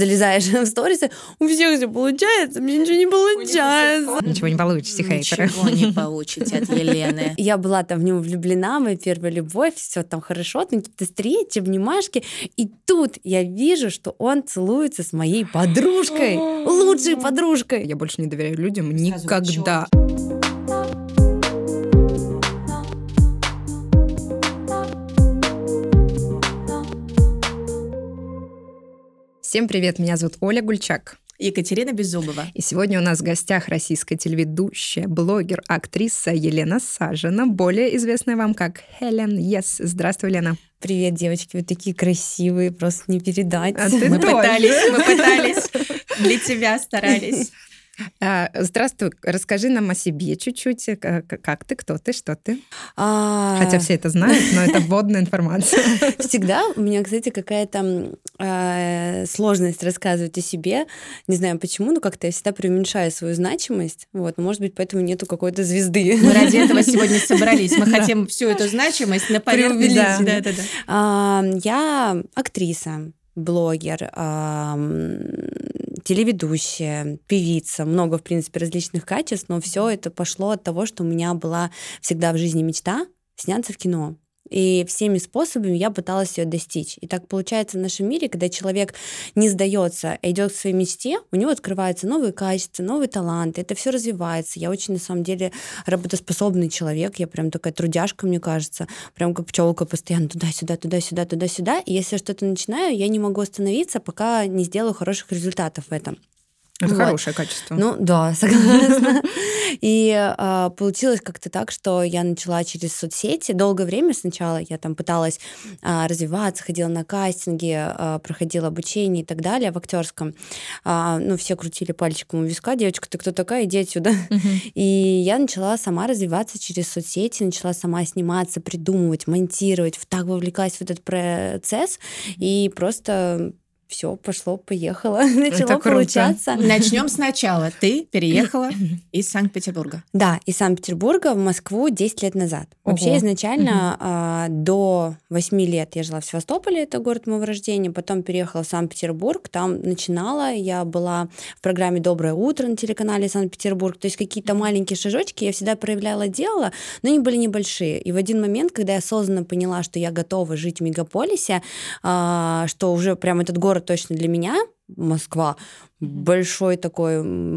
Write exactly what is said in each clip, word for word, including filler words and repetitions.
залезаешь в сторисы, у всех все получается, мне ничего не получается. Ничего не получите, хейтеры. Ничего не получите от Елены. Я была там в него влюблена, моя первая любовь, все там хорошо, там какие-то встречи, обнимашки. И тут я вижу, что он целуется с моей подружкой, лучшей подружкой. Я больше не доверяю людям никогда. Всем привет, меня зовут Оля Гульчак. Екатерина Беззубова. И сегодня у нас в гостях российская телеведущая, блогер, актриса Елена Сажина, более известная вам как Хелен Yes. Здравствуй, Лена. Привет, девочки, вы такие красивые, просто не передать. А ты мы тоже. пытались, мы пытались, для тебя старались. Здравствуй, расскажи нам о себе чуть-чуть. Как ты, кто ты, что ты? А... Хотя все это знают, но это вводная информация. Всегда у меня, кстати, какая-то э, сложность рассказывать о себе. Не знаю почему, но как-то я всегда преуменьшаю свою значимость. Вот, может быть, поэтому нету какой-то звезды. Мы ради этого сегодня собрались. Мы хотим всю эту значимость на поверхности. Да. Да, да, да. А, я актриса, блогер, а, телеведущая, певица, много, в принципе, различных качеств, но все это пошло от того, что у меня была всегда в жизни мечта сняться в кино. И всеми способами я пыталась ее достичь. И так получается в нашем мире, когда человек не сдается, а идет к своей мечте, у него открываются новые качества, новые таланты, это все развивается. Я очень, на самом деле, работоспособный человек, я прям такая трудяшка, мне кажется, прям как пчелка постоянно туда-сюда, туда-сюда, туда-сюда. И если я что-то начинаю, я не могу остановиться, пока не сделаю хороших результатов в этом. Это вот. Хорошее качество. Ну да, согласна. И а, получилось как-то так, что я начала через соцсети. Долгое время сначала я там пыталась а, развиваться, ходила на кастинги, а, проходила обучение и так далее в актерском. А, ну, все крутили пальчиком у виска: девочка, ты кто такая, иди отсюда. Uh-huh. И я начала сама развиваться через соцсети, начала сама сниматься, придумывать, монтировать, так вовлеклась в этот процесс, и просто... Все, пошло, поехало, начало получаться. Начнем сначала. Ты переехала из Санкт-Петербурга. Да, из Санкт-Петербурга в Москву десять лет назад. Ого. Вообще изначально а, до восьми лет я жила в Севастополе, это город моего рождения, потом переехала в Санкт-Петербург, там начинала, я была в программе «Доброе утро» на телеканале Санкт-Петербург, то есть какие-то маленькие шажочки я всегда проявляла, делала, но они были небольшие. И в один момент, когда я осознанно поняла, что я готова жить в мегаполисе, а, что уже прям этот город точно для меня, Москва, большой такой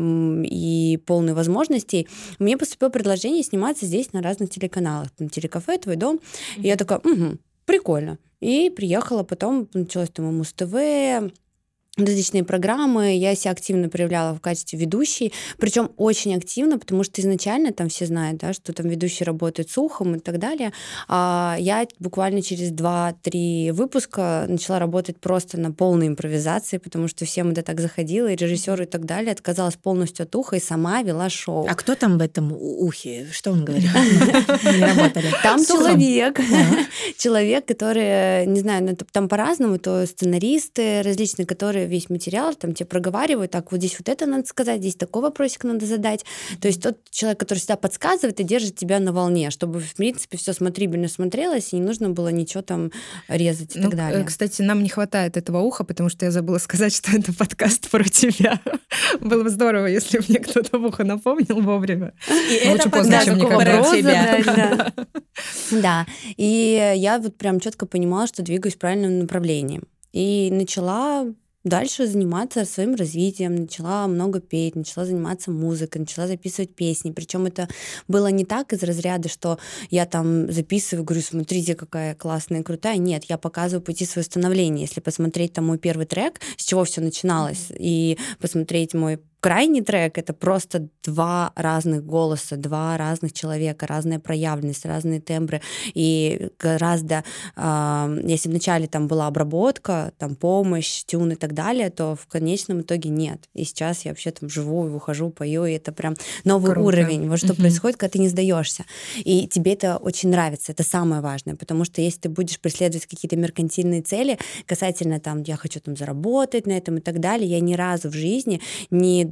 и полный возможностей, мне поступило предложение сниматься здесь на разных телеканалах. Там телекафе, Твой дом. Mm-hmm. И я такая, угу, прикольно. И приехала, потом началось там Муз-ТВ, различные программы, я себя активно проявляла в качестве ведущей, причем очень активно, потому что изначально там все знают, да, что там ведущие работают с ухом и так далее, а я буквально через два-три выпуска начала работать просто на полной импровизации, потому что всем это так заходило, и режиссеры и так далее, отказалась полностью от уха и сама вела шоу. А кто там в этом ухе? Что он говорил? Не работали. Там человек, человек, который, не знаю, там по-разному, то сценаристы различные, которые весь материал, там тебе проговаривают, так, вот здесь вот это надо сказать, здесь такой вопросик надо задать. То есть тот человек, который всегда подсказывает и держит тебя на волне, чтобы, в принципе, все смотрибельно смотрелось, и не нужно было ничего там резать и ну, так далее. Кстати, нам не хватает этого уха, потому что я забыла сказать, что это подкаст про тебя. Было бы здорово, если бы мне кто-то в ухо напомнил вовремя. И лучше поздно, чем никогда. Про тебя. Да, и я вот прям четко понимала, что двигаюсь в правильном направлении. И начала дальше заниматься своим развитием, начала много петь, начала заниматься музыкой, начала записывать песни. Причем это было не так из разряда, что я там записываю, говорю, смотрите, какая классная, крутая. Нет, я показываю пути своего становления. Если посмотреть там мой первый трек, с чего все начиналось, mm-hmm. и посмотреть мой крайний трек — это просто два разных голоса, два разных человека, разная проявленность, разные тембры. И гораздо, э, если вначале там была обработка, там помощь, тюн и так далее, то в конечном итоге нет. И сейчас я вообще там живу, выхожу, пою, и это прям новый Круто. Уровень. Вот что Mm-hmm. происходит, когда ты не сдаешься. И тебе это очень нравится, это самое важное, потому что если ты будешь преследовать какие-то меркантильные цели касательно там, я хочу там заработать на этом и так далее, я ни разу в жизни не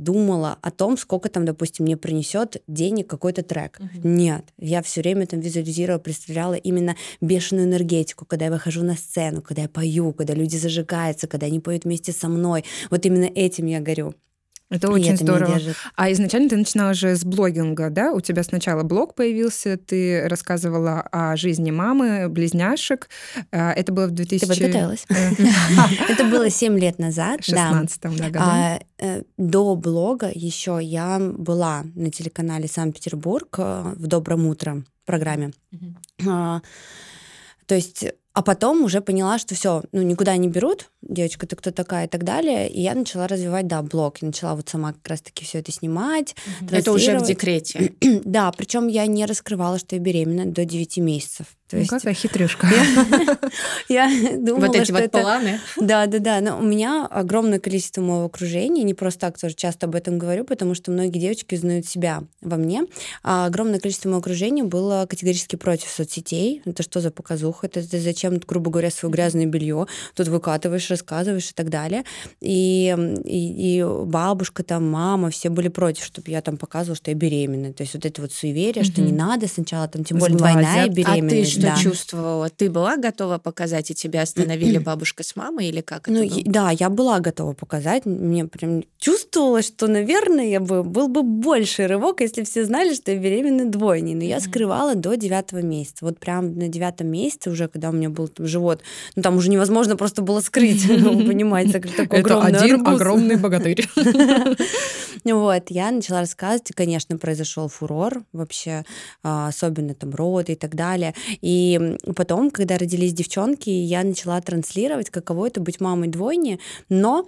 думала о том, сколько там, допустим, мне принесет денег какой-то трек. Uh-huh. Нет, я все время там визуализировала, представляла именно бешеную энергетику, когда я выхожу на сцену, когда я пою, когда люди зажигаются, когда они поют вместе со мной. Вот именно этим я горю. Это очень это здорово. А изначально ты начинала же с блогинга, да? У тебя сначала блог появился, ты рассказывала о жизни мамы, близняшек. Это было в двухтысячном... Ты подготовилась. Это было семь лет назад. В шестнадцатом году. До блога еще я была на телеканале «Санкт-Петербург» в «Добром утро» программе. То есть... А потом уже поняла, что все, ну, никуда не берут, девочка, ты кто такая и так далее. И я начала развивать, да, блог. Я начала вот сама как раз-таки все это снимать. Mm-hmm. Это уже в декрете. Да, причем я не раскрывала, что я беременна до девяти месяцев. То ну, есть... какая хитрюшка. Я думала, вот эти что вот это... планы. Да, да, да. Но у меня огромное количество моего окружения. Не просто так тоже часто об этом говорю, потому что многие девочки узнают себя во мне. А огромное количество моего окружения было категорически против соцсетей. Это что за показуха? Это ты зачем, грубо говоря, свое грязное белье тут выкатываешь, рассказываешь и так далее. И, и, и бабушка, там, мама, все были против, чтобы я там показывала, что я беременна. То есть вот это вот суеверие, mm-hmm. что не надо сначала, там, тем более двойная беременность. А ты что да. чувствовала? Ты была готова показать, и тебя остановили бабушка с мамой, или как это ну, было? Да, я была готова показать. Мне прям чувствовалось, что, наверное, я бы, был бы больший рывок, если все знали, что я беременна двойней. Но mm-hmm. я скрывала до девятого месяца. Вот прям на девятом месяце уже, когда у меня был там живот, ну там уже невозможно просто было скрыть, вы понимаете, такой огромный арбуз. Это один огромный богатырь. Вот, я начала рассказывать, и, конечно, произошел фурор вообще, особенно там роды и так далее. И потом, когда родились девчонки, я начала транслировать, каково это быть мамой двойни, но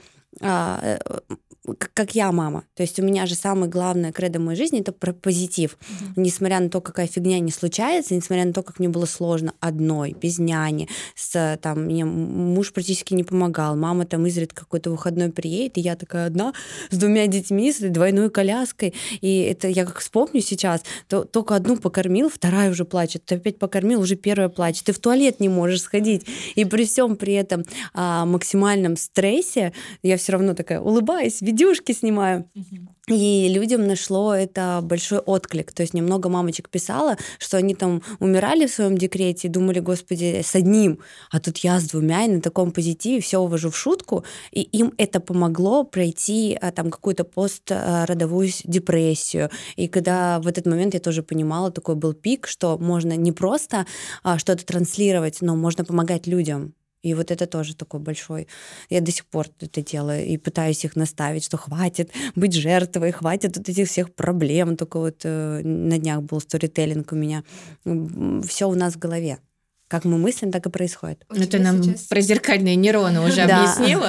как я мама. То есть у меня же самое главное кредо моей жизни — это про позитив. Mm-hmm. Несмотря на то, какая фигня не случается, несмотря на то, как мне было сложно одной, без няни, с, там, мне муж практически не помогал, мама там изредка какой-то выходной приедет, и я такая одна с двумя детьми, с двойной коляской. И это я как вспомню сейчас, то только одну покормил, вторая уже плачет, ты опять покормил, уже первая плачет, ты в туалет не можешь сходить. И при всем при этом а, максимальном стрессе я все равно такая улыбаюсь, видюшки снимаю. Uh-huh. И людям нашло это большой отклик. То есть мне много мамочек писало, что они там умирали в своем декрете и думали, господи, с одним, а тут я с двумя, и на таком позитиве все увожу в шутку. И им это помогло пройти там какую-то постродовую депрессию. И когда в этот момент я тоже понимала, такой был пик, что можно не просто что-то транслировать, но можно помогать людям. И вот это тоже такой большой... Я до сих пор это делаю и пытаюсь их наставить, что хватит быть жертвой, хватит вот этих всех проблем. Только вот э, на днях был сторителлинг у меня. Все у нас в голове. Как мы мыслим, так и происходит. Ну, ты нам сейчас... про зеркальные нейроны уже объяснила.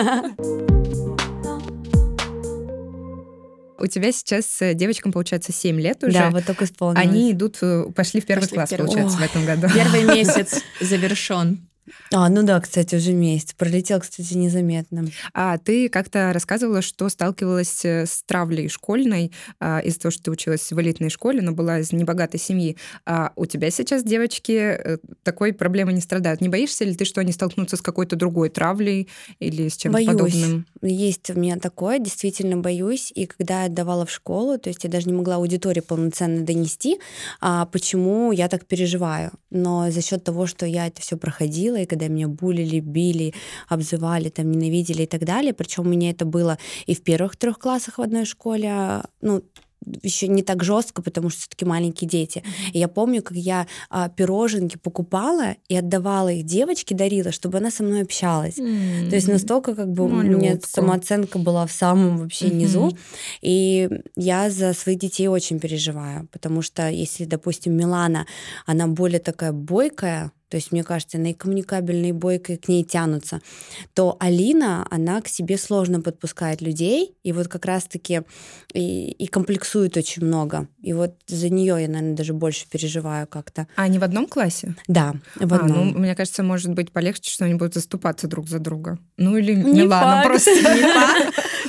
У тебя сейчас девочкам, получается, семь лет уже. Да, вот только исполнилось. Они идут, пошли в первый пошли класс, в первый... получается, О, в этом году. Первый месяц завершен. А, ну да, кстати, уже месяц. Пролетел, кстати, незаметно. А ты как-то рассказывала, что сталкивалась с травлей школьной а, из-за того, что ты училась в элитной школе, но была из небогатой семьи. А у тебя сейчас девочки такой проблемой не страдают. Не боишься ли ты, что они столкнутся с какой-то другой травлей или с чем-то подобным? Есть у меня такое, действительно боюсь. И когда я отдавала в школу, то есть я даже не могла аудитории полноценно донести, а почему я так переживаю. Но за счет того, что я это все проходила, и когда меня булили, били, обзывали, там, ненавидели и так далее. Причем у меня это было и в первых трех классах в одной школе, ну, еще не так жестко, потому что все-таки маленькие дети. Mm-hmm. И я помню, как я а, пироженки покупала и отдавала их девочке, дарила, чтобы она со мной общалась. Mm-hmm. То есть настолько как бы Малютку. У меня самооценка была в самом вообще mm-hmm. низу. И я за своих детей очень переживаю, потому что если, допустим, Милана, она более такая бойкая, то есть, мне кажется, она и коммуникабельная, и бойкая, к ней тянутся, то Алина, она к себе сложно подпускает людей, и вот как раз-таки и, и комплексует очень много. И вот за нее я, наверное, даже больше переживаю как-то. А они в одном классе? Да, в одном. А, ну, мне кажется, может быть полегче, что они будут заступаться друг за друга. Ну или не Милана факт. Просто. Не факт.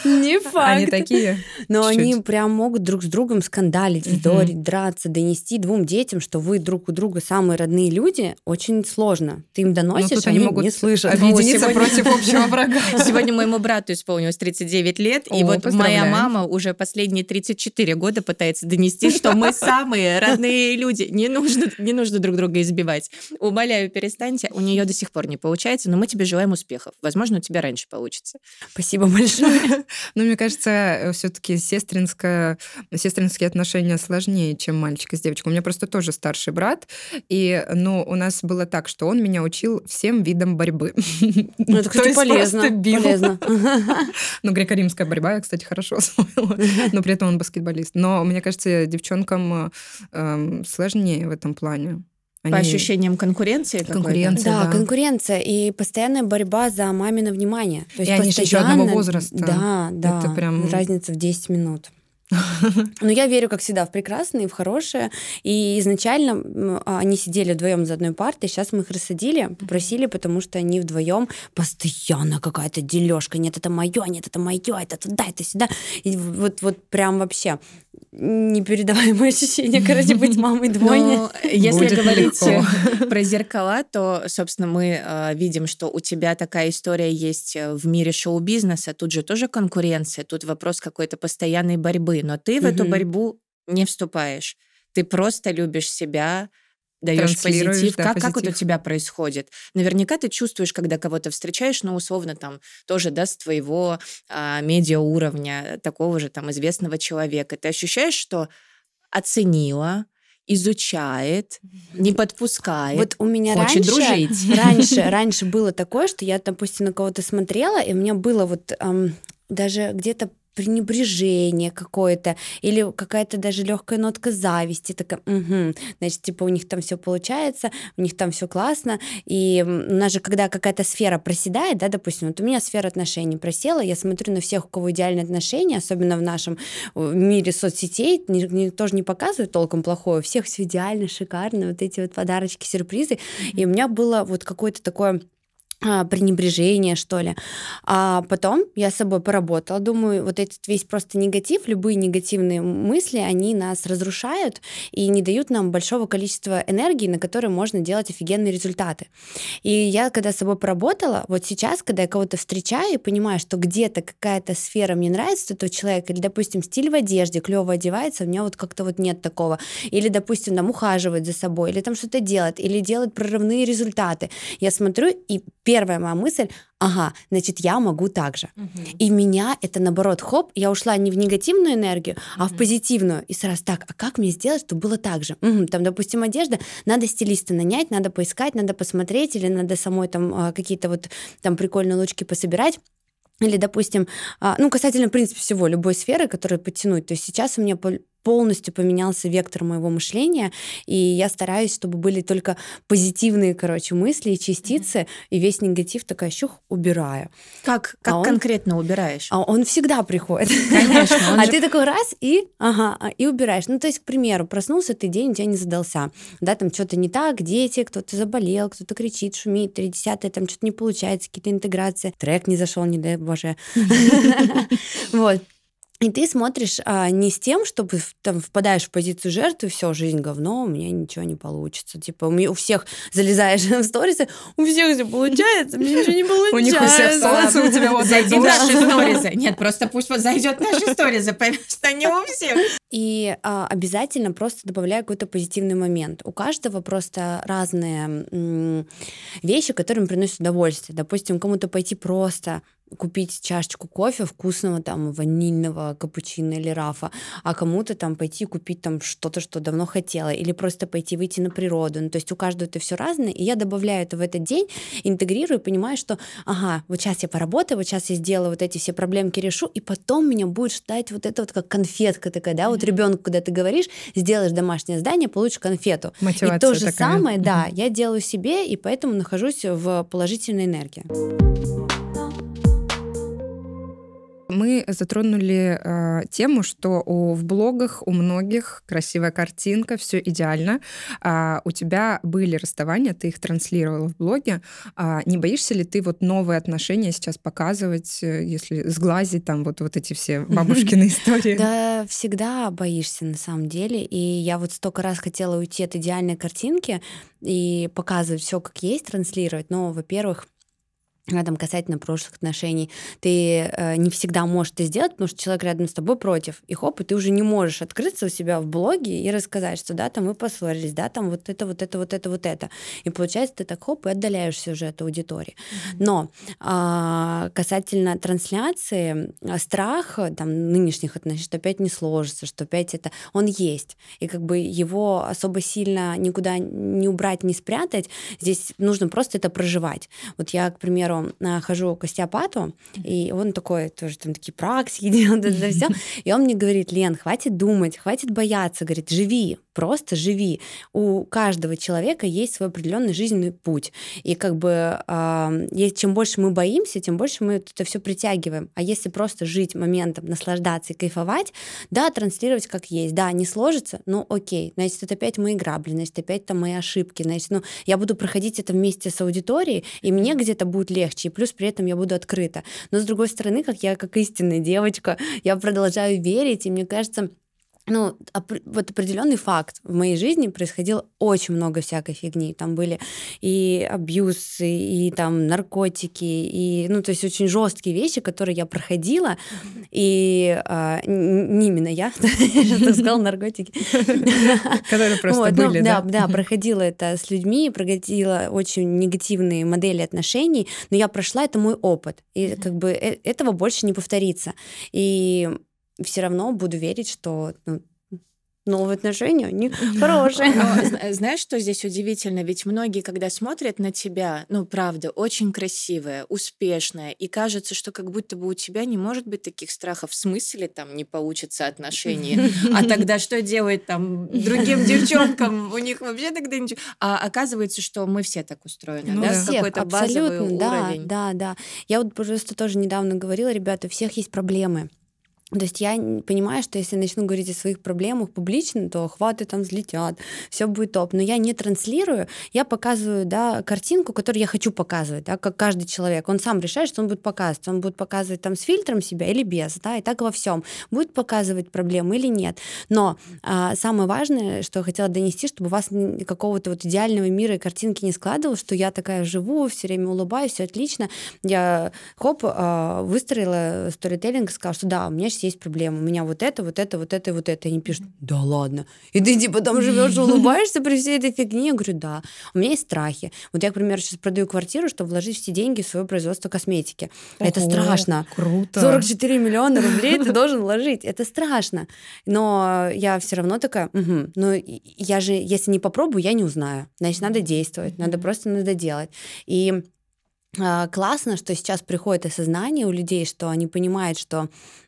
Не Они факт. такие? Но Чуть-чуть. они прям могут друг с другом скандалить, Мгм. вздорить, драться, донести двум детям, что вы друг у друга самые родные люди, очень сложно. Ты им Ну, доносишь, тут они они могут не слышат. объединиться сегодня- против общего врага. Сегодня моему брату исполнилось тридцать девять лет, и О, вот моя поздравляем. мама уже последние тридцать четыре года пытается донести, что мы самые родные люди. Не нужно, не нужно друг друга избивать. Умоляю, перестаньте. У нее до сих пор не получается, но мы тебе желаем успехов. Возможно, у тебя раньше получится. Спасибо большое. Ну, мне кажется, все-таки сестринское, сестринские отношения сложнее, чем мальчик с девочкой. У меня просто тоже старший брат, и, ну, у нас было так, что он меня учил всем видам борьбы. Ну, это, То кстати, есть полезно. просто бил. полезно. Ну, греко-римская борьба я, кстати, хорошо освоила, но при этом он баскетболист. Но мне кажется, девчонкам эм, сложнее в этом плане. По Они- ощущениям конкуренции какой-то? Конкуренция. Да, да. конкуренция и постоянная борьба за мамино внимание. То И они же еще постоянно- одного возраста. Да, да. Это прям- Разница в десять минут. Но я верю, как всегда, в прекрасное и в хорошее. И изначально м, они сидели вдвоем за одной партой, сейчас мы их рассадили, попросили, потому что они вдвоем постоянно какая-то дележка. Нет, это мое, нет, это мое, это туда, это сюда. И вот, вот прям вообще непередаваемое ощущение, короче, быть мамой двойни. Ну, если Будет говорить нелегко. про зеркала, то, собственно, мы э, видим, что у тебя такая история есть э, в мире шоу-бизнеса. Тут же тоже конкуренция, тут вопрос какой-то постоянной борьбы. Но ты в эту Мгм. борьбу не вступаешь. Ты просто любишь себя, даешь Транслируешь, позитив. да, как, как вот у позитив. тебя происходит? Наверняка ты чувствуешь, когда кого-то встречаешь, ну, условно, там, тоже, да, с твоего а, медиа-уровня, такого же там известного человека. Ты ощущаешь, что оценила, изучает, не подпускает, Вот у меня хочет раньше, дружить. раньше, раньше было такое, что я, допустим, на кого-то смотрела, и у меня было вот эм, даже где-то пренебрежение какое-то или какая-то даже легкая нотка зависти, такая, угу, значит, типа у них там все получается, у них там все классно, и м, у нас же, когда какая-то сфера проседает, да, допустим, вот у меня сфера отношений просела, я смотрю на всех, у кого идеальные отношения, особенно в нашем э, мире соцсетей, ни- никто же не показывает толком плохое, у всех все идеально, шикарно, вот эти вот подарочки, сюрпризы, и у меня было вот какое-то такое а, пренебрежение, что ли. А потом я с собой поработала. Думаю, вот этот весь просто негатив, любые негативные мысли, они нас разрушают и не дают нам большого количества энергии, на которые можно делать офигенные результаты. И я, когда с собой поработала, вот сейчас, когда я кого-то встречаю и понимаю, что где-то какая-то сфера мне нравится этого человека, или, допустим, стиль в одежде, клево одевается, у меня вот как-то вот нет такого. Или, допустим, там ухаживает за собой, или там что-то делает, или делает прорывные результаты. Я смотрю, и первая моя мысль, ага, значит, я могу так же. И меня это, наоборот, хоп, я ушла не в негативную энергию, а в позитивную. И сразу так, а как мне сделать, чтобы было так же? Мгм, там, допустим, одежда, надо стилиста нанять, надо поискать, надо посмотреть, или надо самой там а, какие-то вот там прикольные лучки пособирать. Или, допустим, а, ну, касательно, в принципе, всего, любой сферы, которую подтянуть. То есть сейчас у меня пол- полностью поменялся вектор моего мышления, и я стараюсь, чтобы были только позитивные, короче, мысли и частицы, и весь негатив такая щух убираю. Как, как А он- конкретно убираешь? А он всегда приходит. Конечно, он А же- ты такой раз и, ага, а, и убираешь. Ну, то есть, к примеру, проснулся ты, день у тебя не задался. Да, там что-то не так, дети, кто-то заболел, кто-то кричит, шумит, три десятое, там что-то не получается, какие-то интеграции, трек не зашел, не дай боже. Вот. И ты смотришь а, не с тем, чтобы в- там впадаешь в позицию жертвы, все, жизнь говно, у меня ничего не получится. Типа у, меня, у всех залезаешь в сторисы, у всех все получается, мне ничего не получается. У них у всех солнце, у тебя вот Зайди в душ. наши сторизы. Нет, просто пусть вот зайдет в наши сторизы, поймешь, что не у всех. И а, обязательно просто добавляю какой-то позитивный момент. У каждого просто разные м, вещи, которые им приносят удовольствие. Допустим, кому-то пойти просто купить чашечку кофе вкусного, там, ванильного капучино или рафа, а кому-то там пойти купить там что-то, что давно хотела, или просто пойти выйти на природу. Ну, то есть у каждого это все разное, и я добавляю это в этот день, интегрирую, понимаю, что, ага, вот сейчас я поработаю, вот сейчас я сделаю вот эти все проблемки, решу, и потом меня будет ждать вот это вот как конфетка такая, да, вот ребенку, когда ты говоришь, сделаешь домашнее задание, получишь конфету. Мотивация И то же такая. самое, да, я делаю себе, и поэтому нахожусь в положительной энергии. Мы затронули э, тему, что у, в блогах у многих красивая картинка, все идеально. А у тебя были расставания, ты их транслировала в блоге. А не боишься ли ты вот новые отношения сейчас показывать, э, если сглазить там вот, вот эти все бабушкины истории? Да, всегда боишься на самом деле. И я вот столько раз хотела уйти от идеальной картинки и показывать все как есть, транслировать. Но, во-первых, там, касательно прошлых отношений, ты э, не всегда можешь это сделать, потому что человек рядом с тобой против. И хоп, и ты уже не можешь открыться у себя в блоге и рассказать, что да, там мы поссорились, да, там вот это, вот это, вот это, вот это. И получается, ты так хоп, и отдаляешься уже от аудитории. Mm-hmm. Но э, касательно трансляции, страх там, нынешних отношений, что опять не сложится, что опять это, он есть. И как бы его особо сильно никуда не убрать, не спрятать. Здесь нужно просто это проживать. Вот я, к примеру, хожу к остеопату, и он такой, тоже там такие практики делает, это все. И он мне говорит: Лен, хватит думать, хватит бояться, говорит, живи, просто живи. У каждого человека есть свой определенный жизненный путь. И как бы э, чем больше мы боимся, тем больше мы это все притягиваем. А если просто жить моментом, наслаждаться и кайфовать, да, транслировать как есть, да, не сложится, ну окей, значит, это опять мои грабли, значит, опять там мои ошибки, значит, ну, я буду проходить это вместе с аудиторией, и мне где-то будет легче, и плюс при этом я буду открыта. Но с другой стороны, как я, как истинная девочка, я продолжаю верить, и мне кажется, ну, оп- вот определенный факт. В моей жизни происходило очень много всякой фигни. Там были и абьюз, и, и там наркотики, и, ну, то есть очень жесткие вещи, которые я проходила, и а, не именно я, я сказала наркотики. Которые просто были, да? Да, проходила это с людьми, проходила очень негативные модели отношений, но я прошла, это мой опыт, и как бы этого больше не повторится. И все равно буду верить, что ну, новые отношения, они хорошие. Но, знаешь, что здесь удивительно? Ведь многие, когда смотрят на тебя, ну, правда, очень красивая, успешная, и кажется, что как будто бы у тебя не может быть таких страхов. В смысле там не получится отношения? А тогда что делать там другим девчонкам? У них вообще тогда ничего... А оказывается, что мы все так устроены, ну, да? Всех, какой-то базовый абсолютно, да, уровень. Да, да. Я вот просто тоже недавно говорила, ребята, у всех есть проблемы. То есть я понимаю, что если я начну говорить о своих проблемах публично, то охваты там взлетят, все будет топ. Но я не транслирую, я показываю, да, картинку, которую я хочу показывать, да, как каждый человек. Он сам решает, что он будет показывать. Он будет показывать там с фильтром себя или без, да, и так во всем. Будет показывать проблемы или нет. Но а, самое важное, что я хотела донести, чтобы у вас какого-то вот идеального мира и картинки не складывалось, что я такая живу, все время улыбаюсь, все отлично. Я, хоп, а, выстроила сторителлинг и сказала, что да, у меня сейчас есть проблема, у меня вот это, вот это, вот это и вот это. И они пишут: да ладно, и ты типа там живешь и улыбаешься при всей этой фигне? Я говорю: да, у меня есть страхи. Вот я, к примеру, сейчас продаю квартиру, чтобы вложить все деньги в свое производство косметики. Ого, это страшно. Круто. сорок четыре миллиона рублей ты должен вложить. Это страшно. Но я все равно такая, угу, ну я же, если не попробую, я не узнаю. Значит, надо действовать, надо просто надо делать. И классно, что сейчас приходит осознание у людей, что они понимают, что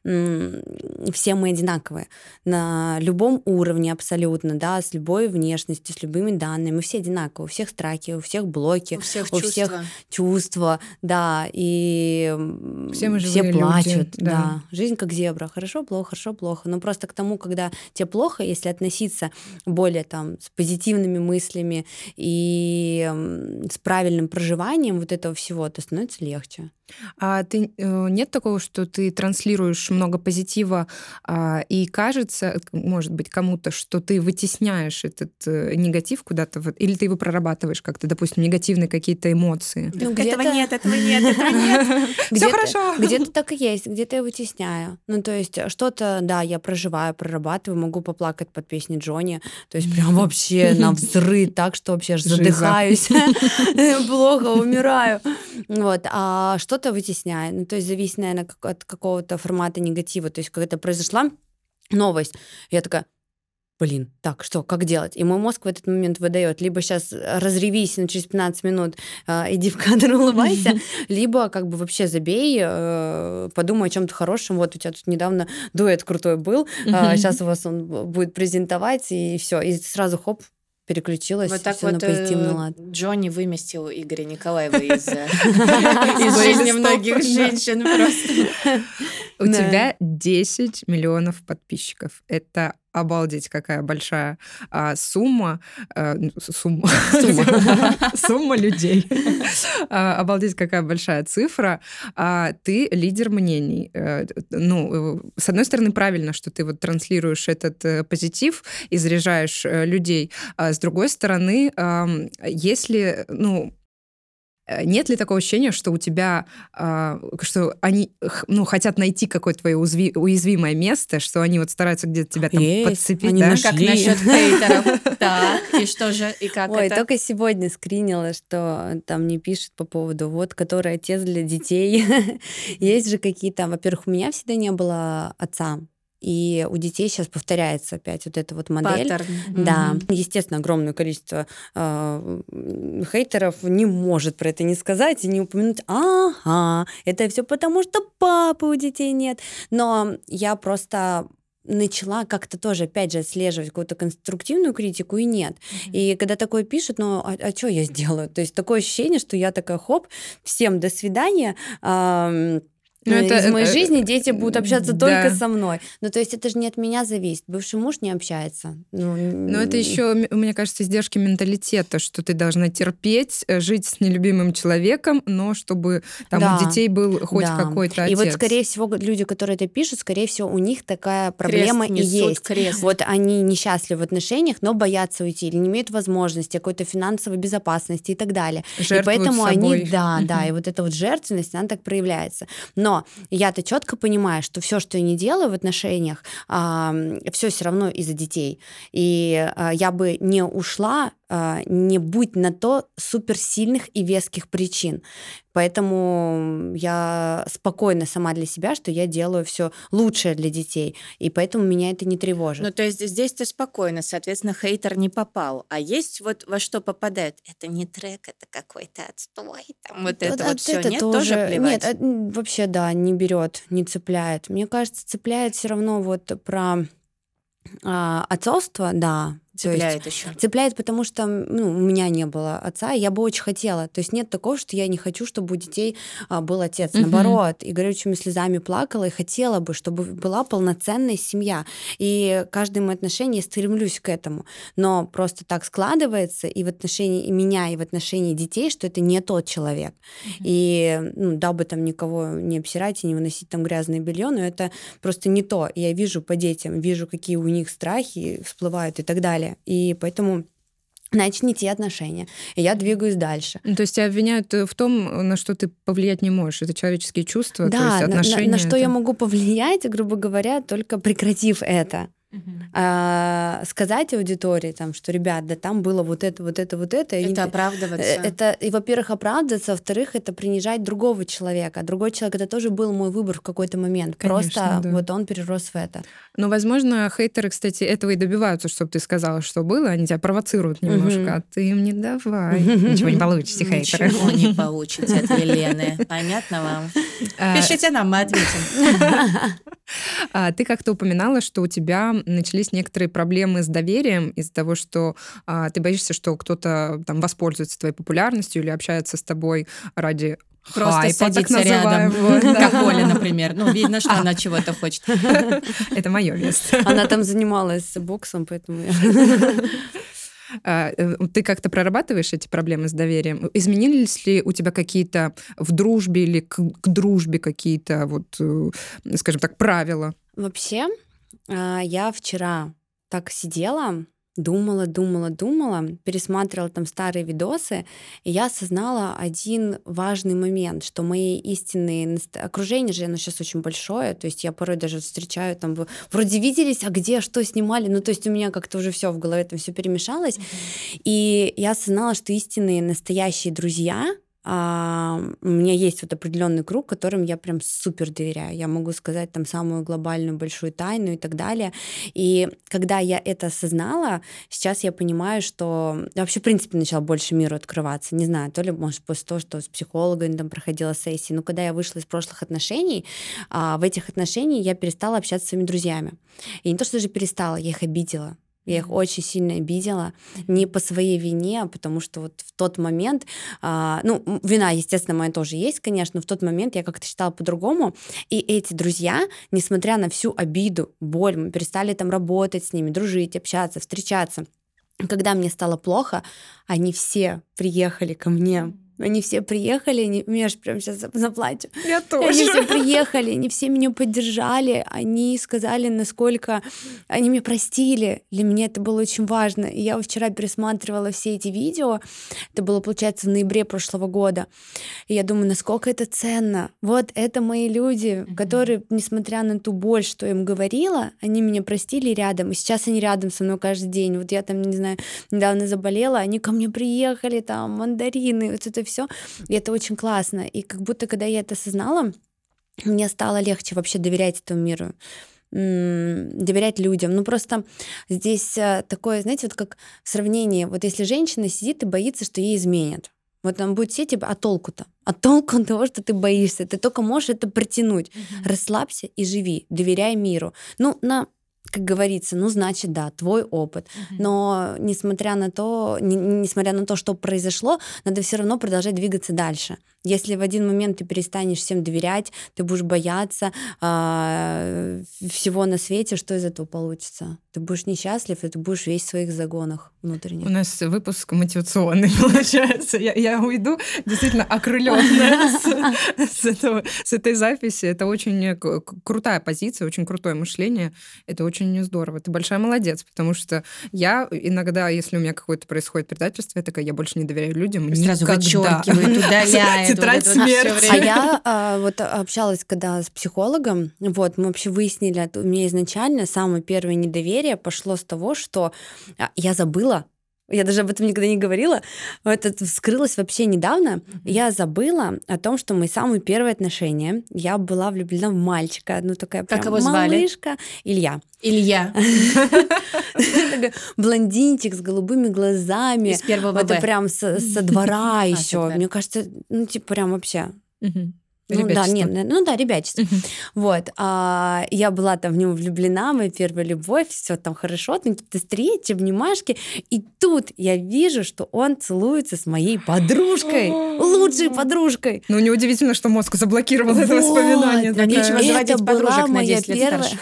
м- все мы одинаковые на любом уровне абсолютно, да, с любой внешностью, с любыми данными. Мы все одинаковые, у всех страхи, у всех блоки, у всех у чувства, всех чувства, да, и все, мы все плачут, люди, да. да. Жизнь как зебра, хорошо, плохо, хорошо, плохо. Но просто к тому, когда тебе плохо, если относиться более там с позитивными мыслями и с правильным проживанием вот этого всего, то становится легче. А ты э, нет такого, что ты транслируешь много позитива, э, и кажется, может быть, кому-то, что ты вытесняешь этот э, негатив куда-то, вот, или ты его прорабатываешь как-то, допустим, негативные какие-то эмоции? Ну, этого нет, этого нет, этого нет. Все хорошо. Где-то так и есть, где-то я вытесняю. Ну, то есть что-то, да, я проживаю, прорабатываю, могу поплакать под песни Джонни, то есть прям вообще на взрыв, так что вообще аж задыхаюсь, плохо, умираю. Вот, а что-то вытесняю. Ну, то есть зависит, наверное, от какого-то формата негатива. То есть когда произошла новость, я такая: блин, так, что, как делать? И мой мозг в этот момент выдает: либо сейчас разревись, но через пятнадцать минут э, иди в кадр, улыбайся, либо как бы вообще забей, э, подумай о чем-то хорошем. Вот у тебя тут недавно дуэт крутой был, э, сейчас у вас он будет презентовать, и все, и сразу хоп, переключилась Вот так всё на вот позитивный э, лад. Джонни выместил Игоря Николаева из э, из жизни многих женщин просто. У Да. тебя десять миллионов подписчиков. Это обалдеть какая большая а, сумма. а, ну, с- Сумма. Сумма. Сумма людей. А, Обалдеть какая большая цифра. А, Ты лидер мнений. Э, Ну, э, с одной стороны, правильно, что ты вот транслируешь этот э, позитив и заряжаешь э, людей. А с другой стороны, ам, если, ну, Э, нет ли такого ощущения, что у тебя, а, что они, х- ну, хотят найти какое-то твое узви- уязвимое место, что они вот стараются где-то тебя там Есть, подцепить, они да? нашли. Как насчет хейтеров? Так, и что же, и как Ой, это? только сегодня скринила, что там мне пишут по поводу, вот, который отец для детей. Есть же какие-то, во-первых, у меня всегда не было отца, и у детей сейчас повторяется опять вот эта вот модель. Паттерн. Да, Мгм. естественно, огромное количество э, м, хейтеров не может про это не сказать и не упомянуть, ага, это все потому, что папы у детей нет. Но я просто начала как-то тоже, опять же, отслеживать какую-то конструктивную критику, и нет. И когда такое пишут, ну, а, что я сделаю? То есть такое ощущение, что я такая, хоп, всем до свидания, ам, Ну, э, это- из моей это- жизни дети будут общаться да. только со мной. Ну, то есть это же не от меня зависит. Бывший муж не общается. Ну, Но это еще, мне кажется, издержки менталитета, что ты должна терпеть, э, жить с нелюбимым человеком, но чтобы там Да, у детей был хоть да. какой-то отец. И вот, скорее всего, г- люди, которые это пишут, скорее всего, у них такая проблема Крест и несут, есть. крест. Вот они несчастливы в отношениях, но боятся уйти или не имеют возможности, какой-то финансовой безопасности и так далее. Жертвуют и поэтому собой. они, да, да, Мгм. и вот эта вот жертвенность, она так проявляется. Но я-то четко понимаю, что все, что я не делаю в отношениях, все все равно из-за детей. И а, я бы не ушла, а, не будь на то суперсильных и веских причин. Поэтому я спокойна сама для себя, что я делаю все лучшее для детей. И поэтому меня это не тревожит. Ну, то есть здесь ты спокойно, соответственно, хейтер не попал. А есть вот во что попадает? Это не трек, это какой-то отстой. Там вот это От вот все. это Нет, тоже Нет, плевать? а, м, вообще, да, не берет, не цепляет. Мне кажется, цепляет все равно вот про а, отцовство, да. То есть Цепляет еще. цепляет, потому что ну, у меня не было отца, и я бы очень хотела. То есть нет такого, что я не хочу, чтобы у детей а, был отец. Мгм. Наоборот, и горючими слезами плакала, и хотела бы, чтобы была полноценная семья. И каждое мои отношение я стремлюсь к этому. Но просто так складывается и в отношении и меня, и в отношении детей, что это не тот человек. И ну, дабы там никого не обсирать и не выносить там грязное белье, но это просто не то. Я вижу по детям, вижу, какие у них страхи всплывают и так далее. И поэтому значит, не те отношения. И я двигаюсь дальше. Ну, то есть тебя обвиняют э, в том, на что ты повлиять не можешь. Это человеческие чувства, то Да, есть на, на- отношения. на что это- я могу повлиять, грубо говоря, только прекратив это. А, сказать аудитории, там, что, ребят, да там было вот это, вот это, вот это. и Это не- оправдываться. Э, Это, и, во-первых, оправдываться, а во-вторых, это принижать другого человека. А другой человек, это тоже был мой выбор в какой-то момент. Конечно, Просто да. вот он перерос в это. Но, возможно, хейтеры, кстати, этого и добиваются, чтобы ты сказала, что было. Они тебя провоцируют немножко, Мгм. а ты им не давай. Ничего не получите, хейтеры. Ничего не получите от Елены. Понятно вам? А, Пишите нам, мы ответим. а, Ты как-то упоминала, что у тебя начались некоторые проблемы с доверием из-за того, что а, ты боишься, что кто-то там воспользуется твоей популярностью или общается с тобой ради Просто хайпа, так садиться рядом, называемого. Да. как Оля, например. Ну, видно, что она чего-то хочет. Это мое место. Она там занималась боксом, поэтому я... А, э, Ты как-то прорабатываешь эти проблемы с доверием? Изменились ли у тебя какие-то в дружбе или к, к дружбе какие-то, вот, э, скажем так, правила? Вообще, а, я вчера так сидела, думала, думала, думала, пересматривала там старые видосы, и я осознала один важный момент, что мои истинные наст- окружение же, оно сейчас очень большое, то есть я порой даже встречаю там, в- вроде виделись, а где, что снимали, ну то есть у меня как-то уже все в голове там все перемешалось, и я осознала, что истинные настоящие друзья, а, у меня есть вот определенный круг, которым я прям супер доверяю. Я могу сказать там самую глобальную большую тайну и так далее. И когда я это осознала, сейчас я понимаю, что я вообще, в принципе, начала больше миру открываться. Не знаю, то ли, может, после того, что с психологом там проходила сессии, но когда я вышла из прошлых отношений, а, в этих отношениях я перестала общаться с своими друзьями. И не то, что даже перестала, я их обидела. Я их очень сильно обидела, не по своей вине, а потому что вот в тот момент, а, ну, вина, естественно, моя тоже есть, конечно, но в тот момент я как-то считала по-другому, и эти друзья, несмотря на всю обиду, боль, мы перестали там работать с ними, дружить, общаться, встречаться. Когда мне стало плохо, они все приехали ко мне. Они все приехали, они, я аж прям сейчас заплачу. Я тоже. Они все приехали, они все меня поддержали, они сказали, насколько они меня простили. Для меня это было очень важно. И я вчера пересматривала все эти видео, это было, получается, в ноябре прошлого года. И я думаю, насколько это ценно. Вот это мои люди, mm-hmm. которые, несмотря на ту боль, что я им говорила, они меня простили рядом. И сейчас они рядом со мной каждый день. Вот я там, не знаю, недавно заболела, они ко мне приехали, там, мандарины, вот это все. И это очень классно. И как будто, когда я это осознала, мне стало легче вообще доверять этому миру, доверять людям. Ну, просто здесь такое, знаете, вот как в сравнении, вот если женщина сидит и боится, что ей изменят, вот там будет сидеть, а толку-то? А толку от того, что ты боишься? Ты только можешь это протянуть. Mm-hmm. Расслабься и живи, доверяй миру. Ну, на как говорится, ну, значит, да, твой опыт. Uh-huh. Но несмотря на то, не, несмотря на то, что произошло, надо все равно продолжать двигаться дальше. Если в один момент ты перестанешь всем доверять, ты будешь бояться э, всего на свете, что из этого получится? Ты будешь несчастлив, и ты будешь весь в своих загонах внутренних. У нас выпуск мотивационный получается. Я, я уйду действительно окрыленная с, с, этого, с этой записи. Это очень крутая позиция, очень крутое мышление. Это очень здорово. Ты большая молодец, потому что я иногда, если у меня какое-то происходит предательство, я такая, я больше не доверяю людям. Сразу никогда. вычеркивает, удаляет. Тетрадь смерти. А я а, вот общалась когда с психологом, вот, мы вообще выяснили, у меня изначально самое первое недоверие пошло с того, что я забыла, я даже об этом никогда не говорила, это вскрылось вообще недавно, mm-hmm. я забыла о том, что мои самые первые отношения, я была влюблена в мальчика, ну такая прям малышка, Илья. Илья. Блондинчик с голубыми глазами. Из первого Это Б. прям со, со двора еще. Мне кажется, ну типа прям вообще... Ну да, нет, ну да, ребячество. Uh-huh. Вот. А, я была там в него влюблена, моя первая любовь, все там хорошо, там какие-то встречи, обнимашки. И тут я вижу, что он целуется с моей подружкой, лучшей подружкой. Ну, неудивительно, что мозг заблокировал вот. Это воспоминание. Да, нечего заводить подружек на десять лет старше.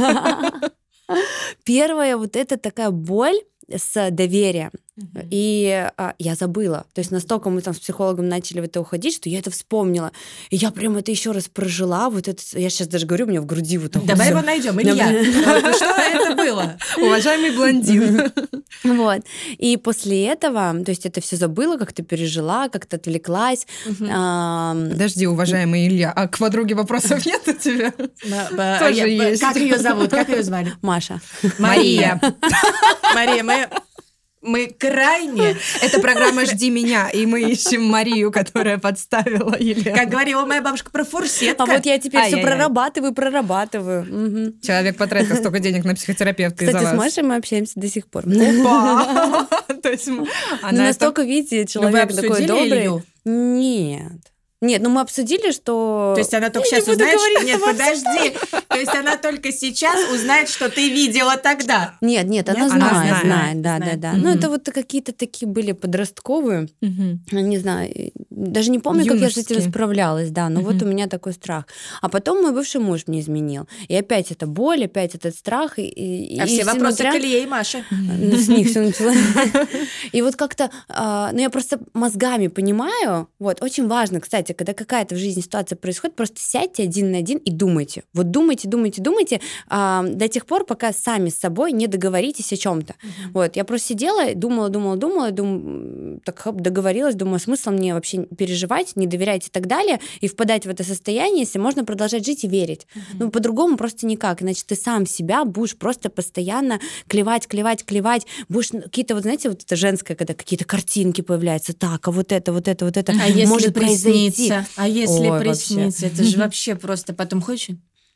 Первая вот эта такая боль с доверием. Uh-huh. И а, я забыла. То есть настолько мы там с психологом начали в это уходить, что я это вспомнила. И я прям это еще раз прожила. Вот это, я сейчас даже говорю, у меня в груди вот так. Давай его найдем, Илья. Что это было? Уважаемый блондин. Вот. И после этого, то есть это все забыла, как-то пережила, как-то отвлеклась. Подожди, уважаемый Илья, а к подруге вопросов нет у тебя? Тоже есть. Как ее зовут? Как ее звали? Маша. Мария. Мария, мы... Мы крайне... Это программа «Жди меня», и мы ищем Марию, которая подставила Елену. Как говорила моя бабушка про фурсетка. А вот я теперь все прорабатываю, прорабатываю. Угу. Человек потратил столько денег на психотерапевта из-за вас. Кстати, с Машей мы общаемся до сих пор. Опа! То есть она настолько, видите, человек такой добрый. Нет. Нет, ну мы обсудили, что... То есть она только сейчас узнает, что... Нет, подожди. То есть она только сейчас узнает, что ты видела тогда. Нет, нет, она Нет? знает, Она знает, знает, да, знает. да, да. Mm-hmm. Ну это вот какие-то такие были подростковые, mm-hmm. не знаю, даже не помню, Юношеские. Как я с этим справлялась, да, но mm-hmm. вот у меня такой страх. А потом мой бывший муж мне изменил. И опять эта боль, опять этот страх. И, и, а и все вопросы смотря... к Илье и Маше. Ну, с них все началось. И вот как-то, ну я просто мозгами понимаю, вот, очень важно, кстати, когда какая-то в жизни ситуация происходит, просто сядьте один на один и думайте. Вот думайте, думайте, думайте а, до тех пор, пока сами с собой не договоритесь о чем-то. Uh-huh. Вот, я просто сидела, думала, думала, думала, дум... так хоп, договорилась, думаю, смысл мне вообще переживать, не доверять и так далее, и впадать в это состояние, если можно продолжать жить и верить. Uh-huh. Ну, по-другому просто никак, иначе ты сам себя будешь просто постоянно клевать, клевать, клевать, будешь какие-то, вот знаете, вот это женское, когда какие-то картинки появляются, так, а вот это, вот это, вот это а может если произойти. Приснится? А если Ой, приснится? Вообще. Это же вообще просто потом хочешь?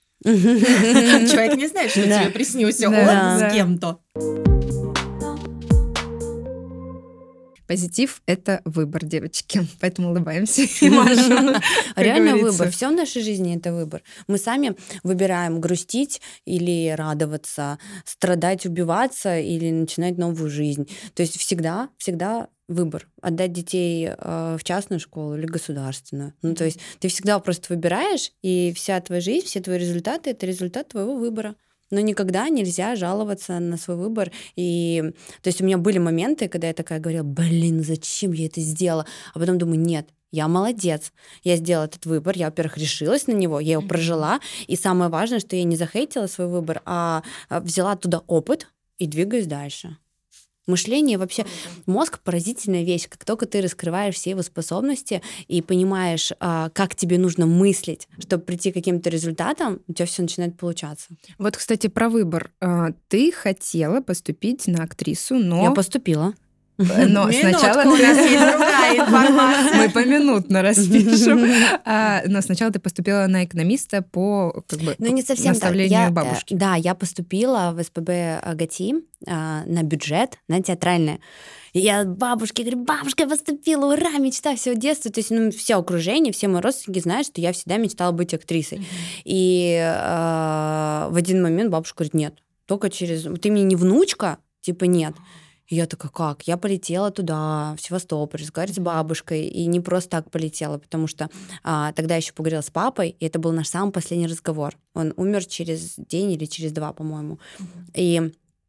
Человек не знает, что тебе приснился. Он с кем-то. Позитив — это выбор, девочки. Поэтому улыбаемся и машем. Реально выбор. Все в нашей жизни — это выбор. Мы сами выбираем грустить или радоваться, страдать, убиваться или начинать новую жизнь. То есть всегда, всегда выбор. Отдать детей э, в частную школу или государственную. Ну, то есть ты всегда просто выбираешь, и вся твоя жизнь, все твои результаты — это результат твоего выбора. Но никогда нельзя жаловаться на свой выбор. И, то есть у меня были моменты, когда я такая говорила: блин, зачем я это сделала? А потом думаю: нет, я молодец. Я сделала этот выбор, я, во-первых, решилась на него, я его прожила. И самое важное, что я не захейтила свой выбор, а взяла туда опыт и двигаюсь дальше. Мышление вообще, мозг — поразительная вещь. Как только ты раскрываешь все его способности и понимаешь, как тебе нужно мыслить, чтобы прийти к каким-то результатам, у тебя все начинает получаться. Вот, кстати, про выбор. Ты хотела поступить на актрису, но... Я поступила. Но сначала... у нас есть другая информация. Мы поминутно распишем. Но сначала ты поступила на экономиста по как бы, ну, не совсем наставлению так. Я, бабушки. Да, я поступила в СПб ГАТИ на бюджет, на театральное. И я бабушке говорю: бабушка, я поступила, ура, мечта всего детства. То есть, ну, все окружение, все мои родственники знают, что я всегда мечтала быть актрисой. Mm-hmm. И э, в один момент бабушка говорит: нет, только через... Ты мне не внучка? Типа нет. И я такая: как? Я полетела туда, в Севастополь, разговаривать с бабушкой, и не просто так полетела, потому что а, тогда еще поговорила с папой, и это был наш самый последний разговор. Он умер через день или через два, по-моему. И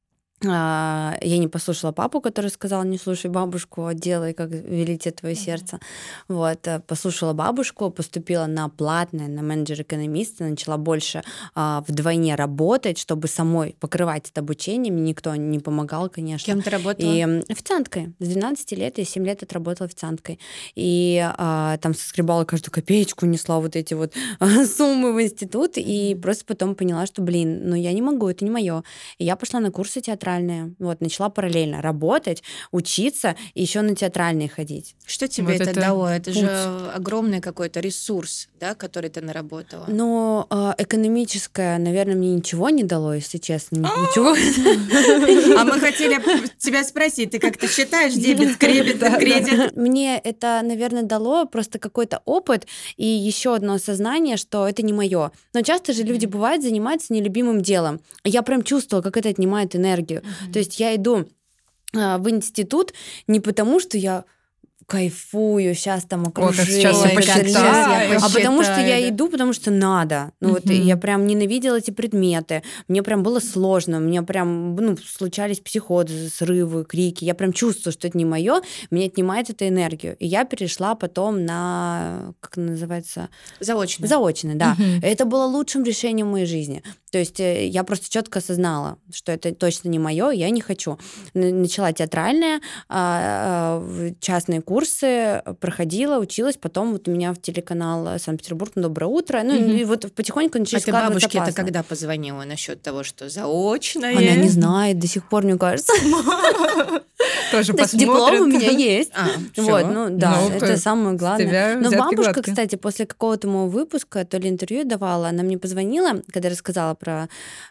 а, я не послушала папу, который сказал: не слушай бабушку, а делай, как велит тебе твое сердце. Вот. Послушала бабушку, поступила на платное, на менеджер-экономиста, начала больше а, вдвойне работать, чтобы самой покрывать это обучение. Мне никто не помогал, конечно. Кем ты работала? И официанткой. С двенадцати лет я семь лет отработала официанткой. И а, там соскребала каждую копеечку, несла вот эти вот суммы в институт, и просто потом поняла, что, блин, ну я не могу, это не мое. И я пошла на курсы театральные. Вот, начала параллельно работать, учиться и еще на театральные ходить. Что тебе вот это, это дало? Это путь. же огромный какой-то ресурс, да, который ты наработала. Но э, экономическое, наверное, мне ничего не дало, если честно. Ничего. А мы хотели тебя спросить, ты как-то считаешь дебет, кредит, кредит? Мне это, наверное, дало просто какой-то опыт и еще одно осознание, что это не мое. Но часто же люди, бывает, занимаются нелюбимым делом. Я прям чувствовала, как это отнимает энергию. Mm-hmm. То есть я иду а, в институт не потому, что я кайфую, сейчас там окружение. Вот, сейчас я посчитаю. А потому что я иду, потому что надо. Ну, вот, я прям ненавидела эти предметы. Мне прям было сложно. У меня прям ну, случались психозы, срывы, крики. Я прям чувствую, что это не мое. Мне отнимает эту энергию. И я перешла потом на, как называется? Заочно. Заочно, да. Uh-huh. Это было лучшим решением в моей жизни. То есть я просто четко осознала, что это точно не мое, я не хочу. Начала театральное, частные курсы, проходила, училась, потом вот у меня в телеканал Санкт-Петербург на «Доброе утро». Ну, mm-hmm. и вот потихоньку начали складываться. А ты бабушке классно. это когда позвонила насчет того, что заочное? Она не знает до сих пор, мне кажется. Тоже посмотрит. Диплом у меня есть. А, вот, ну да, это самое главное. Но бабушка, кстати, после какого-то моего выпуска, то ли интервью давала, она мне позвонила, когда рассказала про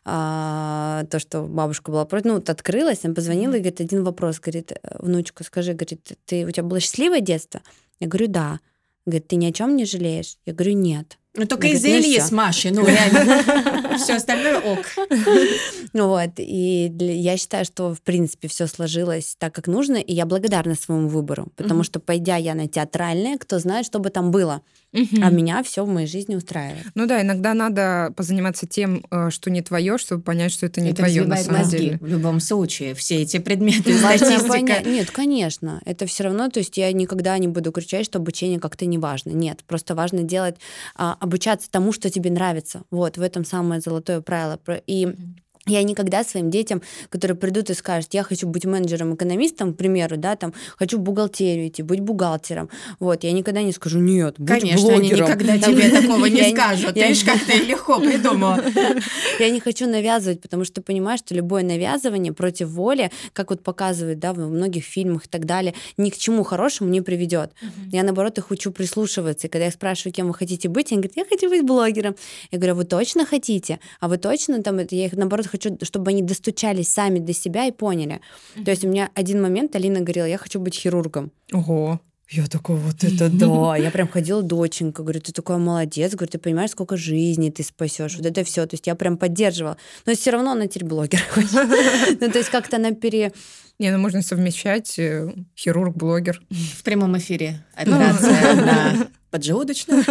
а, то, что бабушка была против, ну, вот открылась, она позвонила и говорит: один вопрос, говорит: внучка, скажи, говорит, ты, у тебя было счастливое детство? Я говорю: да. Говорит: ты ни о чем не жалеешь? Я говорю: нет. Ну, только из-за Ильи с Машей, ну, реально. Все остальное ок. Вот, и я считаю, что, в принципе, все сложилось так, как нужно, и я благодарна своему выбору, потому что, пойдя я на театральное, кто знает, что бы там было. А меня все в моей жизни устраивает. Ну да, иногда надо позаниматься тем, что не твое, чтобы понять, что это не это твое на самом мозги. деле. В любом случае, все эти предметы, статистика. Нет, конечно, это все равно, то есть я никогда не буду кричать, что обучение как-то не важно. Нет, просто важно делать, обучаться тому, что тебе нравится. Вот, в этом самое золотое правило. И я никогда своим детям, которые придут и скажут: я хочу быть менеджером-экономистом, к примеру, да, там, хочу в бухгалтерию идти, быть бухгалтером. Вот, я никогда не скажу: нет, будь Конечно, блогером. Они никогда тебе такого не скажут. Видишь, как ты легко придумала. Я не хочу навязывать, потому что понимаю, что любое навязывание против воли, как вот показывают, да, в многих фильмах и так далее, ни к чему хорошему не приведет. Я, наоборот, их учу прислушиваться. И когда я спрашиваю, кем вы хотите быть, они говорят: я хочу быть блогером. Я говорю: вы точно хотите? А вы точно там, я их, наоборот, хочу, чтобы они достучались сами до себя и поняли. Mm-hmm. То есть у меня один момент Алина говорила, я хочу быть хирургом. Ого. Я такой, вот это да. Я прям ходила, доченька, говорю, ты такой молодец, говорю, ты понимаешь, сколько жизней ты спасешь, вот это все. То есть я прям поддерживала. Но все равно она теперь блогер. Ну, то есть как-то она пере... Не, ну можно совмещать хирург-блогер. В прямом эфире операция на поджелудочную.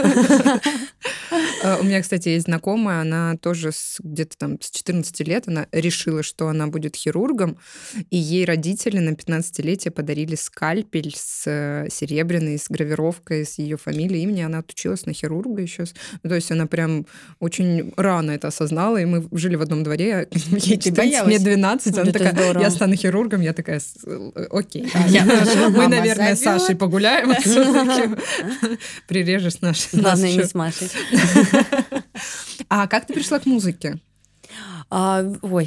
У меня, кстати, есть знакомая, она тоже где-то там с четырнадцати лет, она решила, что она будет хирургом, и ей родители на пятнадцатилетие подарили скальпель с серебряной, с гравировкой, с ее фамилией, имени, она отучилась на хирурга еще. Ну, то есть она прям очень рано это осознала, и мы жили в одном дворе, ей четырнадцать, мне двенадцать, она такая, я стану хирургом, я такая, окей. Мы, наверное, с Сашей погуляем, прирежешь наш... Главное, не с Машей. А как ты пришла к музыке? А, ой.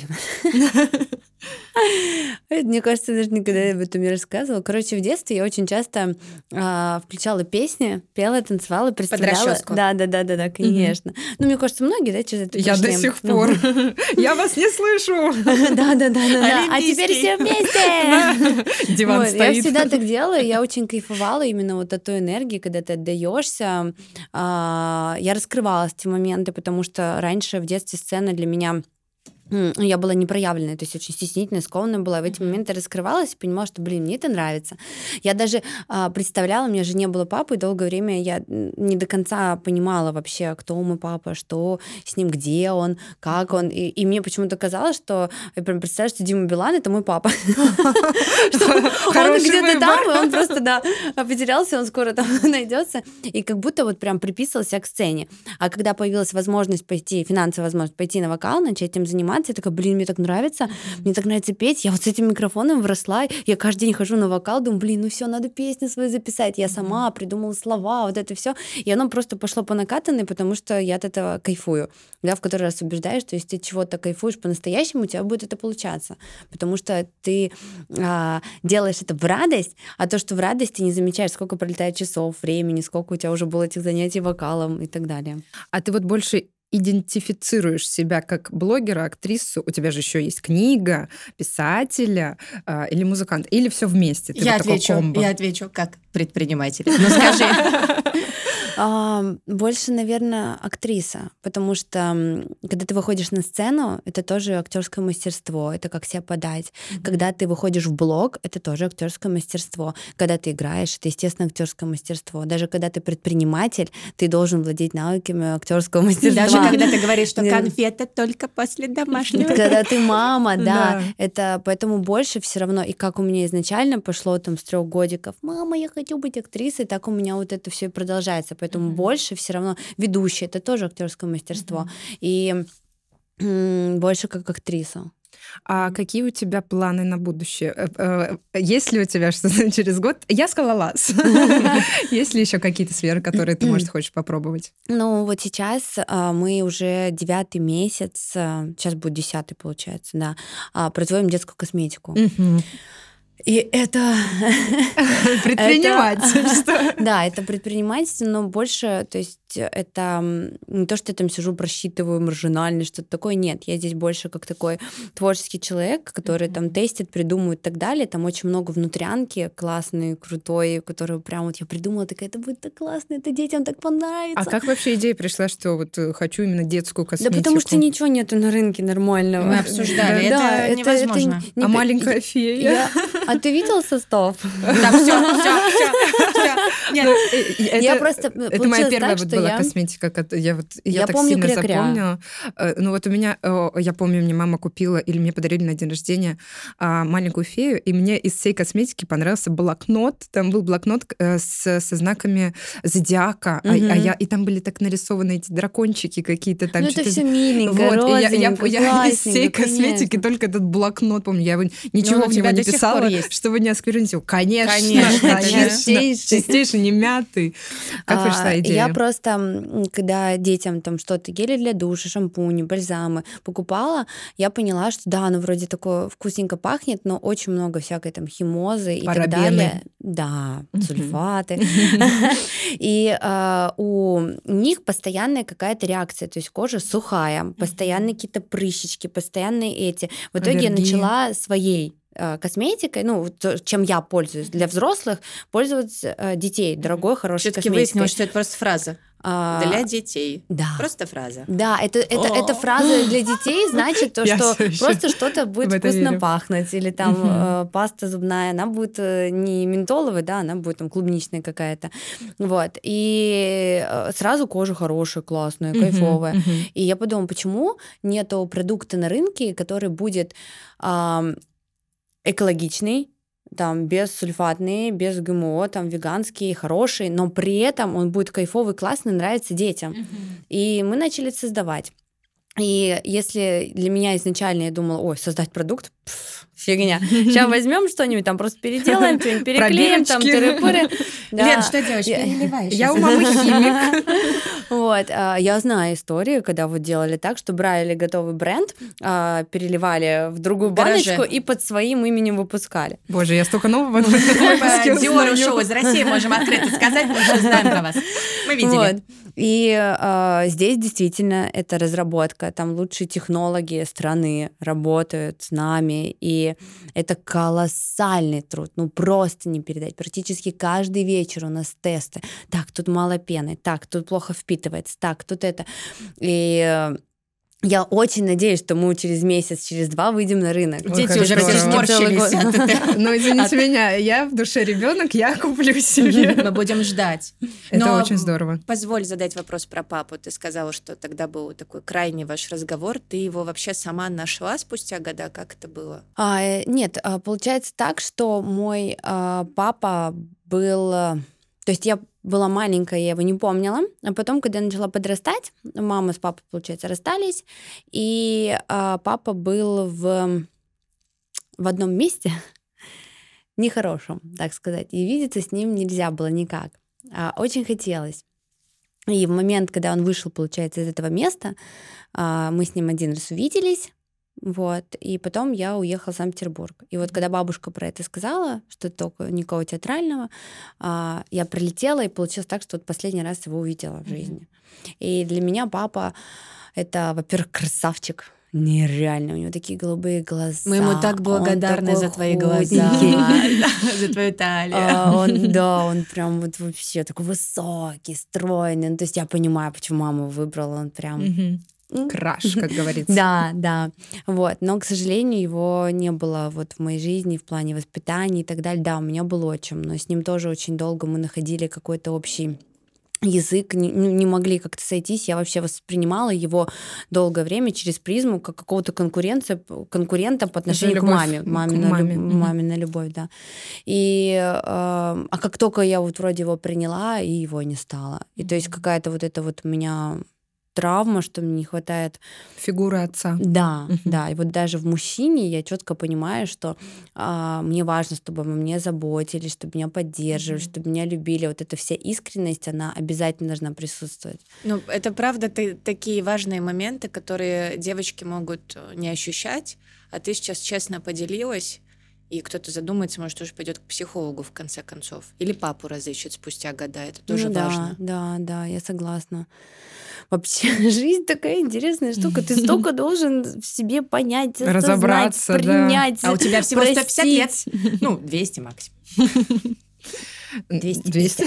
Мне кажется, даже никогда об этом не рассказывала. Короче, в детстве я очень часто а, включала песни, пела, танцевала, представляла. Да, да, да, да, да, конечно. Mm-hmm. Ну, мне кажется, многие, да, через это Я до сих пор. Я вас не слышу. Да, да, да, да. А теперь все вместе. Диван стоит. Я всегда так делала, я очень кайфовала именно вот от той энергии, когда ты отдаешься. Я раскрывалась в те моменты, потому что раньше в детстве сцена для меня... Я была непроявленная, то есть очень стеснительная, скованная была. В эти моменты раскрывалась и понимала, что, блин, мне это нравится. Я даже а, представляла, у меня же не было папы, и долгое время я не до конца понимала вообще, кто мой папа, что с ним, где он, как он. И, и мне почему-то казалось, что я прям представляю, что Дима Билан — это мой папа. Он где-то там, и он просто, да, потерялся, он скоро там найдется. И как будто вот прям приписывался к сцене. А когда появилась возможность пойти, финансовая возможность пойти на вокал, начать этим заниматься, я такая, блин, мне так нравится, mm-hmm. мне так нравится петь, я вот с этим микрофоном вросла, я каждый день хожу на вокал, думаю, блин, ну все, надо песню свою записать, я сама придумала слова, вот это все, и оно просто пошло по накатанной, потому что я от этого кайфую, да, в который раз убеждаюсь, что если ты чего-то кайфуешь по-настоящему, у тебя будет это получаться, потому что ты а, делаешь это в радость, а то, что в радость, ты не замечаешь, сколько пролетает часов, времени, сколько у тебя уже было этих занятий вокалом и так далее. А ты вот больше идентифицируешь себя как блогера, актрису, у тебя же еще есть книга, писателя э, или музыкант, или все вместе? Ты я, вот отвечу, я отвечу как предприниматель. Ну скажи. Больше, наверное, актриса, потому что когда ты выходишь на сцену, это тоже актерское мастерство, это как себя подать. Mm-hmm. Когда ты выходишь в блог, это тоже актерское мастерство. Когда ты играешь, это, естественно, актерское мастерство. Даже когда ты предприниматель, ты должен владеть навыками актерского мастерства. Даже когда ты говоришь, что конфета только после домашнего. Когда ты мама, да. Это поэтому больше все равно, и как у меня изначально пошло там с трех годиков, мама, я хочу быть актрисой, так у меня вот это все и продолжается. Поэтому mm-hmm. больше все равно ведущая, это тоже актерское мастерство. Mm-hmm. И м- больше как актриса. А какие у тебя планы на будущее? Есть ли у тебя что-то через год? Я скалолаз. Есть ли еще какие-то сферы, которые ты, может, хочешь попробовать? Ну, вот сейчас мы уже девятый месяц, сейчас будет десятый, получается, да, производим детскую косметику. И это... Предпринимательство. Да, это предпринимательство, но больше, то есть это не то, что я там сижу, просчитываю маржинальность, что-то такое, нет. Я здесь больше как такой творческий человек, который там тестит, придумывает и так далее. Там очень много внутрянки классной, крутой, которую прям вот я придумала, такая, это будет так классно, это детям так понравится. А как вообще идея пришла, что вот хочу именно детскую косметику? Да потому что ничего нету на рынке нормального. Мы обсуждали, да, это невозможно. Это, а маленькая фея? А ты видел состав? Да, все, все, все. Нет, я просто это моя первая вот была косметика, я вот я так сильно запомнила. Ну вот у меня, я помню, мне мама купила или мне подарили на день рождения маленькую фею, и мне из всей косметики понравился блокнот. Там был блокнот со знаками зодиака, а я и там были так нарисованы эти дракончики какие-то там. Ну это все миленько, розовенько, я из всей косметики только этот блокнот помню, я его ничего в него не писала, чтобы не осквернить его. Конечно, конечно, чистейший чистейший, не мятый. Как пришла идея? Я просто, когда детям там что-то, гели для душа, шампуни, бальзамы покупала, я поняла, что да, оно вроде такое вкусненько пахнет, но очень много всякой там химозы и так далее. Да, сульфаты. И у них постоянная какая-то реакция, то есть кожа сухая, постоянные какие-то прыщички, постоянные эти. В итоге я начала своей косметикой, ну, чем я пользуюсь для взрослых, пользоваться детей дорогой, хорошей Всё-таки косметикой. Всё-таки выяснилось, что это просто фраза. Для детей. Да. Просто фраза. Да, это, это, это фраза для детей, значит, то, что просто что-то будет вкусно верю. Пахнуть. Или там uh-huh. э, паста зубная, она будет не ментоловая, да, она будет там клубничная какая-то. Вот. И сразу кожа хорошая, классная, uh-huh. кайфовая. Uh-huh. И я подумала, почему нету продукта на рынке, который будет э, экологичный, там, бессульфатные, без ГМО, там, веганские, хорошие, но при этом он будет кайфовый, классный, нравится детям. Uh-huh. И мы начали это создавать. И если для меня изначально я думала, ой, создать продукт, пф, фигня. Сейчас возьмем что-нибудь, там просто переделаем, что-нибудь переклеим, там тыры-пыры. Лен, что делаешь? Переливаешь. Я у мамы химик. Вот, я знаю историю, когда вот делали так, что брали готовый бренд, переливали в другую баночку и под своим именем выпускали. Боже, я столько нового Диор шоу из России, можем открыто сказать, мы уже знаем про вас. Мы видели. И э, здесь действительно это разработка, там лучшие технологи страны работают с нами, и это колоссальный труд, ну просто не передать. Практически каждый вечер у нас тесты. Так, тут мало пены, так, тут плохо впитывается, так, тут это. И э, я очень надеюсь, что мы через месяц, через два выйдем на рынок. Дети Ой, уже все сморщились. Ну, извините меня, я в душе ребенок, я куплю себе. Мы будем ждать. Это очень здорово. Позволь задать вопрос про папу. Ты сказала, что тогда был такой крайний ваш разговор. Ты его вообще сама нашла спустя года? Как это было? А, нет, получается так, что мой а, папа был... То есть я была маленькая, я его не помнила. А потом, когда я начала подрастать, мама с папой, получается, расстались, и а, папа был в, в одном месте, нехорошем, так сказать, и видеться с ним нельзя было никак. А, очень хотелось. И в момент, когда он вышел, получается, из этого места, а, мы с ним один раз увиделись, вот, и потом я уехала в Санкт-Петербург. И вот когда бабушка про это сказала, что только никакого театрального, я прилетела, и получилось так, что вот последний раз его увидела в жизни. Mm-hmm. И для меня папа — это, во-первых, красавчик, нереально, у него такие голубые глаза. Мы ему так благодарны за твои глаза, за твою талию. Да, он прям вот вообще такой высокий, стройный. То есть я понимаю, почему мама выбрала, он прям... Краш, как говорится. Да, да. Вот. Но, к сожалению, его не было вот в моей жизни в плане воспитания и так далее. Да, у меня был отчим, но с ним тоже очень долго мы находили какой-то общий язык, не, не могли как-то сойтись. Я вообще воспринимала его долгое время через призму как какого-то конкуренции, конкурента по отношению любовь к маме. Мамина, к маме. Люб, мамина любовь, да. И, э, а как только я вот вроде его приняла, и его не стало. И то есть какая-то вот это вот у меня... травма, что мне не хватает фигуры отца. Да, uh-huh. да. И вот даже в мужчине я четко понимаю, что а, мне важно, чтобы обо мне заботились, чтобы меня поддерживали, uh-huh. чтобы меня любили. Вот эта вся искренность, она обязательно должна присутствовать. Ну, это правда ты, такие важные моменты, которые девочки могут не ощущать, а ты сейчас честно поделилась. И кто-то задумается, может, тоже пойдет к психологу в конце концов. Или папу разыщет спустя года. Это тоже ну, да, важно. Да, да, я согласна. Вообще, жизнь такая интересная штука. Ты столько должен в себе понять, разобраться, принять, да. А у тебя всего сто пятьдесят лет. Ну, двести максимум. двести. двести.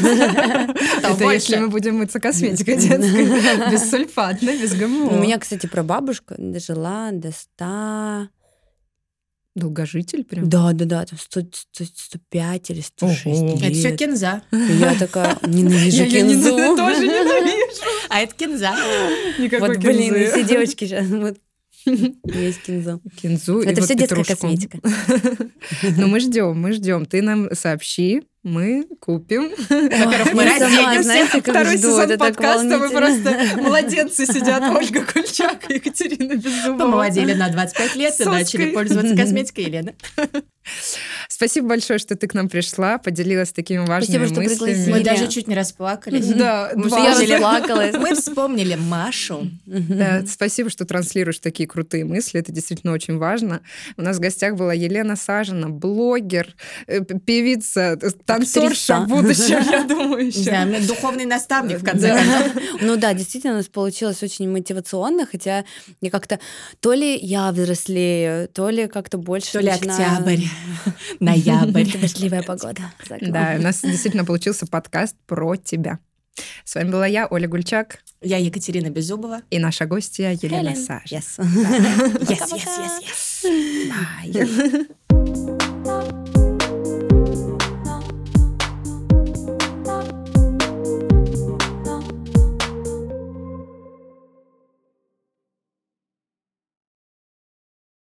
Это если мы будем мыться косметикой детской. Бессульфатной, без ГМО. У меня, кстати, прабабушка дожила до ста... Долгожитель прям? Да, да, да, там сто, сто, сто пять или сто шесть лет. Это все кинза. Я такая, ненавижу кинзу. Я тоже ненавижу. А это кинза. Никакой вот, блин, кинзы. Все девочки сейчас вот, есть кинзу. Кинзу это и все вот детская петрушку. Косметика. Ну мы ждем, мы ждем. Ты нам сообщи, мы купим. Во-первых, мы разденемся. Второй сезон подкаста, мы просто младенцы сидят. Ольга Кульчак и Екатерина Беззубова. Помолодели на двадцать пять лет и начали пользоваться косметикой, Елена. Спасибо большое, что ты к нам пришла, поделилась такими важными Спасибо, что мыслями. пригласили. Мы даже чуть не расплакались. Да, Мы дважды. вспомнили- расплакалась. Мы вспомнили Машу. Да, спасибо, что транслируешь такие крутые мысли. Это действительно очень важно. У нас в гостях была Елена Сажина, блогер, э, п- певица, э, танцорша Актриса. в будущем, я думаю, Не еще. знаю, мне духовный наставник, в конце Да. концов. Ну да, действительно, у нас получилось очень мотивационно, хотя я как-то то ли я взрослею, то ли как-то больше То ли начинаю- октябрь, ноябрь. Дождливая погода. за окном. Да, у нас действительно получился подкаст про тебя. С вами была я, Оля Гульчак, Я Екатерина Беззубова. и наша гостья Елена Helen. Сажина. Yes. Yes, yes, yes, yes. Bye.